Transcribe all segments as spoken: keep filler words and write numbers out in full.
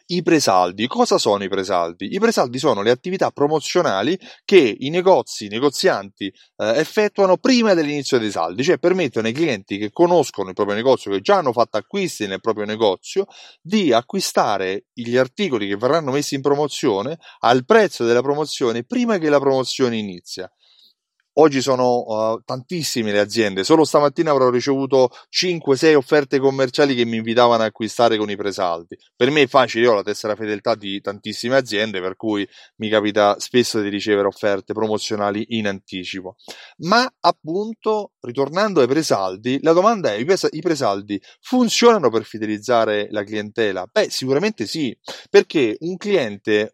I presaldi. Cosa sono i presaldi? I presaldi sono le attività promozionali che i negozi, i negozianti eh, effettuano prima dell'inizio dei saldi, cioè permettono ai clienti che conoscono il proprio negozio, che già hanno fatto acquisti nel proprio negozio, di acquistare gli articoli che verranno messi in promozione al prezzo della promozione prima che la promozione inizia. Oggi sono uh, tantissime le aziende, solo stamattina avrò ricevuto cinque sei offerte commerciali che mi invitavano a acquistare con i presaldi. Per me è facile, io ho la tessera fedeltà di tantissime aziende, per cui mi capita spesso di ricevere offerte promozionali in anticipo. Ma appunto, ritornando ai presaldi, la domanda è: i presaldi funzionano per fidelizzare la clientela? Beh, sicuramente sì, perché un cliente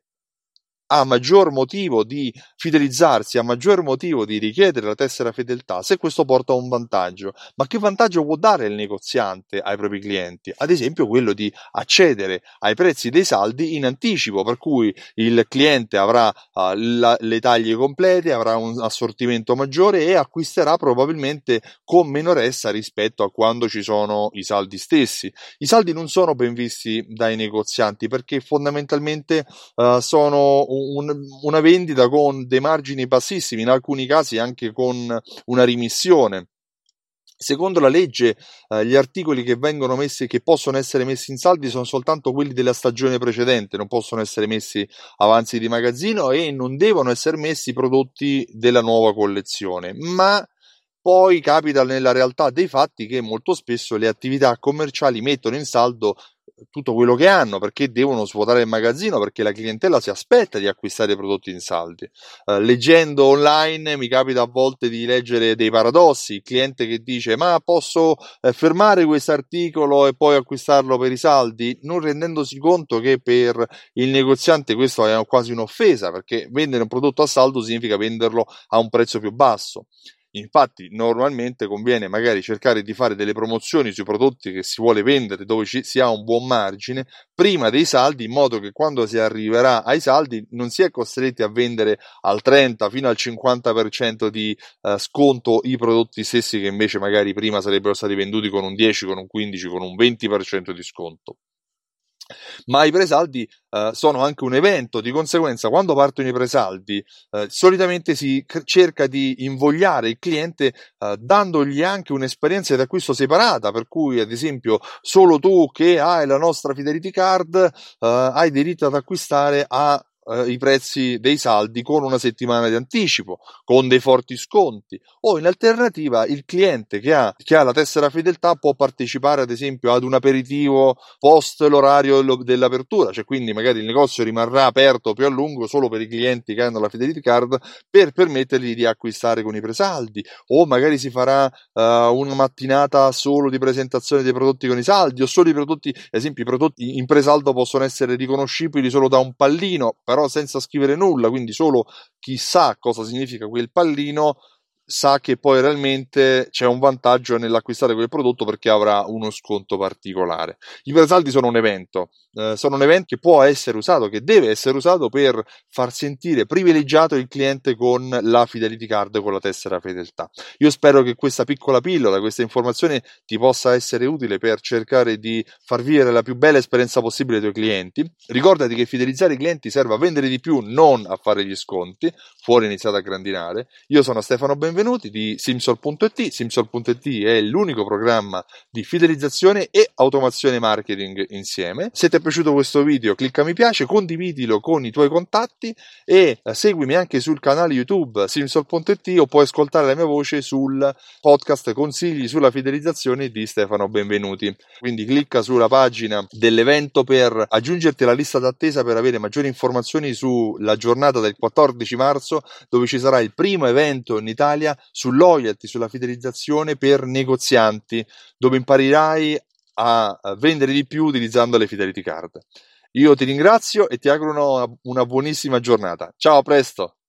ha maggior motivo di fidelizzarsi, ha maggior motivo di richiedere la tessera fedeltà se questo porta a un vantaggio. Ma che vantaggio può dare il negoziante ai propri clienti? Ad esempio quello di accedere ai prezzi dei saldi in anticipo, per cui il cliente avrà uh, la, le taglie complete, avrà un assortimento maggiore e acquisterà probabilmente con meno ressa rispetto a quando ci sono i saldi stessi. I saldi non sono ben visti dai negozianti perché fondamentalmente uh, sono Un, una vendita con dei margini bassissimi, in alcuni casi anche con una rimissione. Secondo la legge, eh, gli articoli che vengono messi, che possono essere messi in saldi, sono soltanto quelli della stagione precedente, non possono essere messi avanzi di magazzino e non devono essere messi prodotti della nuova collezione. Ma poi capita nella realtà dei fatti che molto spesso le attività commerciali mettono in saldo tutto quello che hanno perché devono svuotare il magazzino, perché la clientela si aspetta di acquistare i prodotti in saldi. Uh, leggendo online mi capita a volte di leggere dei paradossi, il cliente che dice: ma posso eh, fermare questo articolo e poi acquistarlo per i saldi, non rendendosi conto che per il negoziante questo è quasi un'offesa, perché vendere un prodotto a saldo significa venderlo a un prezzo più basso. Infatti normalmente conviene magari cercare di fare delle promozioni sui prodotti che si vuole vendere, dove ci, si ha un buon margine, prima dei saldi, in modo che quando si arriverà ai saldi non si è costretti a vendere al trenta fino al cinquanta per cento di uh, sconto i prodotti stessi che invece magari prima sarebbero stati venduti con un dieci, con un quindici, con un venti per cento di sconto. Ma i presaldi uh, sono anche un evento, di conseguenza quando partono i presaldi uh, solitamente si c- cerca di invogliare il cliente uh, dandogli anche un'esperienza di acquisto separata, per cui ad esempio solo tu che hai la nostra Fidelity Card uh, hai diritto ad acquistare a Uh, i prezzi dei saldi con una settimana di anticipo, con dei forti sconti, o in alternativa il cliente che ha, che ha la tessera fedeltà può partecipare ad esempio ad un aperitivo post l'orario dell'apertura, cioè quindi magari il negozio rimarrà aperto più a lungo solo per i clienti che hanno la Fidelity Card per permettergli di acquistare con i presaldi, o magari si farà uh, una mattinata solo di presentazione dei prodotti con i saldi, o solo i prodotti, ad esempio i prodotti in presaldo possono essere riconoscibili solo da un pallino, però senza scrivere nulla, quindi solo chi sa cosa significa quel pallino sa che poi realmente c'è un vantaggio nell'acquistare quel prodotto perché avrà uno sconto particolare. I presaldi sono un evento, eh, sono un evento che può essere usato, che deve essere usato per far sentire privilegiato il cliente con la Fidelity Card, con la tessera fedeltà. Io spero che questa piccola pillola, questa informazione ti possa essere utile per cercare di far vivere la più bella esperienza possibile ai tuoi clienti. Ricordati che fidelizzare i clienti serve a vendere di più, non a fare gli sconti. Fuori iniziate a grandinare. Io sono Stefano Benvenuti di Simsol punto it. Simsol punto it è l'unico programma di fidelizzazione e automazione marketing insieme. Se ti è piaciuto questo video, clicca mi piace, condividilo con i tuoi contatti e eh, seguimi anche sul canale YouTube Simsol punto it, o puoi ascoltare la mia voce sul podcast Consigli sulla fidelizzazione di Stefano Benvenuti. Quindi clicca sulla pagina dell'evento per aggiungerti alla lista d'attesa per avere maggiori informazioni sulla giornata del quattordici marzo, dove ci sarà il primo evento in Italia su loyalty, sulla fidelizzazione per negozianti, dove imparerai a vendere di più utilizzando le Fidelity Card. Io ti ringrazio e ti auguro una, una buonissima giornata. Ciao, a presto!